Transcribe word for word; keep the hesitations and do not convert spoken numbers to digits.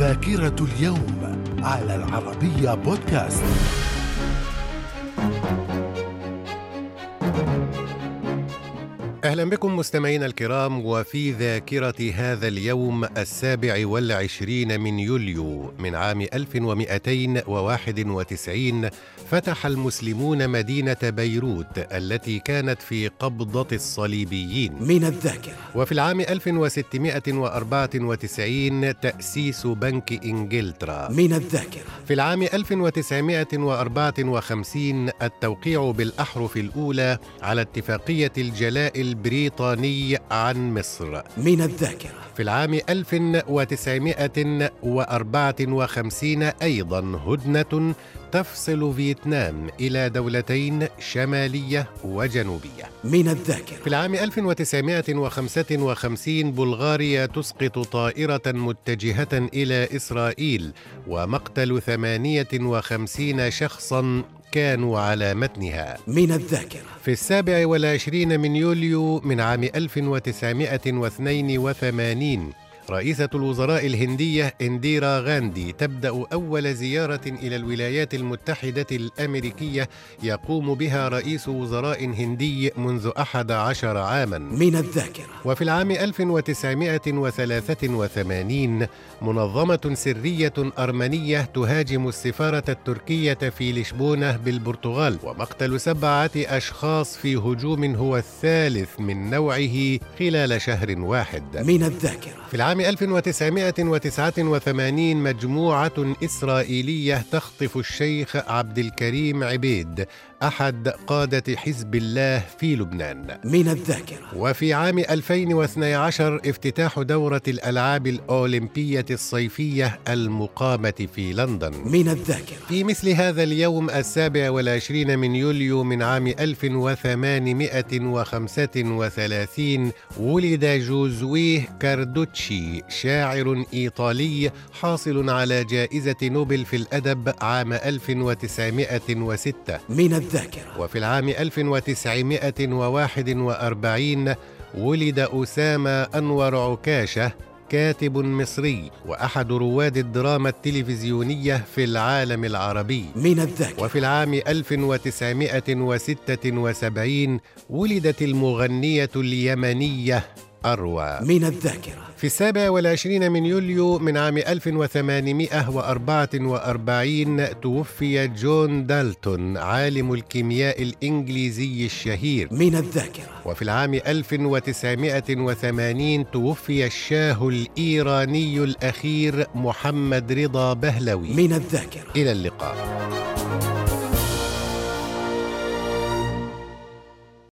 ذاكرة اليوم على العربية بودكاست. أهلا بكم مستمعينا الكرام، وفي ذاكرة هذا اليوم السابع والعشرين من يوليو من عام ألف ومئتين وواحد وتسعين فتح المسلمون مدينة بيروت التي كانت في قبضة الصليبيين من الذاكرة. وفي العام ألف وستمئة وأربعة وتسعين تأسيس بنك إنجلترا من الذاكرة. في العام ألف وتسعمئة وأربعة وخمسين التوقيع بالأحرف الأولى على اتفاقية الجلاء البريطاني عن مصر من الذاكرة. في العام ألف وتسعمئة وأربعة وخمسين أيضا هدنة تفصل فيتنام إلى دولتين شمالية وجنوبية من الذاكرة. في العام ألف وتسعمئة وخمسة وخمسين بلغاريا تسقط طائرة متجهة إلى إسرائيل ومقتل ثمانية وخمسين شخصاً كانوا على متنها من الذاكرة. في السابع والعشرين من يوليو من عام ألف وتسعمئة واثنين وثمانين رئيسة الوزراء الهندية إنديرا غاندي تبدأ أول زيارة إلى الولايات المتحدة الأمريكية يقوم بها رئيس وزراء هندي منذ أحد عشر عاماً من الذاكرة. وفي العام ألف وتسعمئة وثلاثة وثمانين منظمة سرية أرمنية تهاجم السفارة التركية في لشبونة بالبرتغال ومقتل سبعة أشخاص في هجوم هو الثالث من نوعه خلال شهر واحد من الذاكرة. في العام ألف وتسعمئة وتسعة وثمانين مجموعة إسرائيلية تخطف الشيخ عبد الكريم عبيد أحد قادة حزب الله في لبنان من الذاكرة. وفي عام ألفين واثني عشر افتتاح دورة الألعاب الأولمبية الصيفية المقامة في لندن من الذاكرة. في مثل هذا اليوم السابع والعشرين من يوليو من عام ألف وثمانمئة وخمسة وثلاثين ولد جوزويه كاردوتشي شاعر إيطالي حاصل على جائزة نوبل في الأدب عام ألف وتسعمئة وستة من الذاكرة. وفي العام ألف وتسعمئة وواحد وأربعين ولد أسامة أنور عكاشة كاتب مصري وأحد رواد الدراما التلفزيونية في العالم العربي من الذاكرة. وفي العام ألف وتسعمئة وستة وسبعين ولدت المغنية اليمنية أروى من الذاكرة. في السابع والعشرين من يوليو من عام ألف وثمانمئة وأربعة وأربعين توفي جون دالتون عالم الكيمياء الإنجليزي الشهير من الذاكرة. وفي العام ألف وتسعمئة وثمانين توفي الشاه الإيراني الأخير محمد رضا بهلوي من الذاكرة. إلى اللقاء.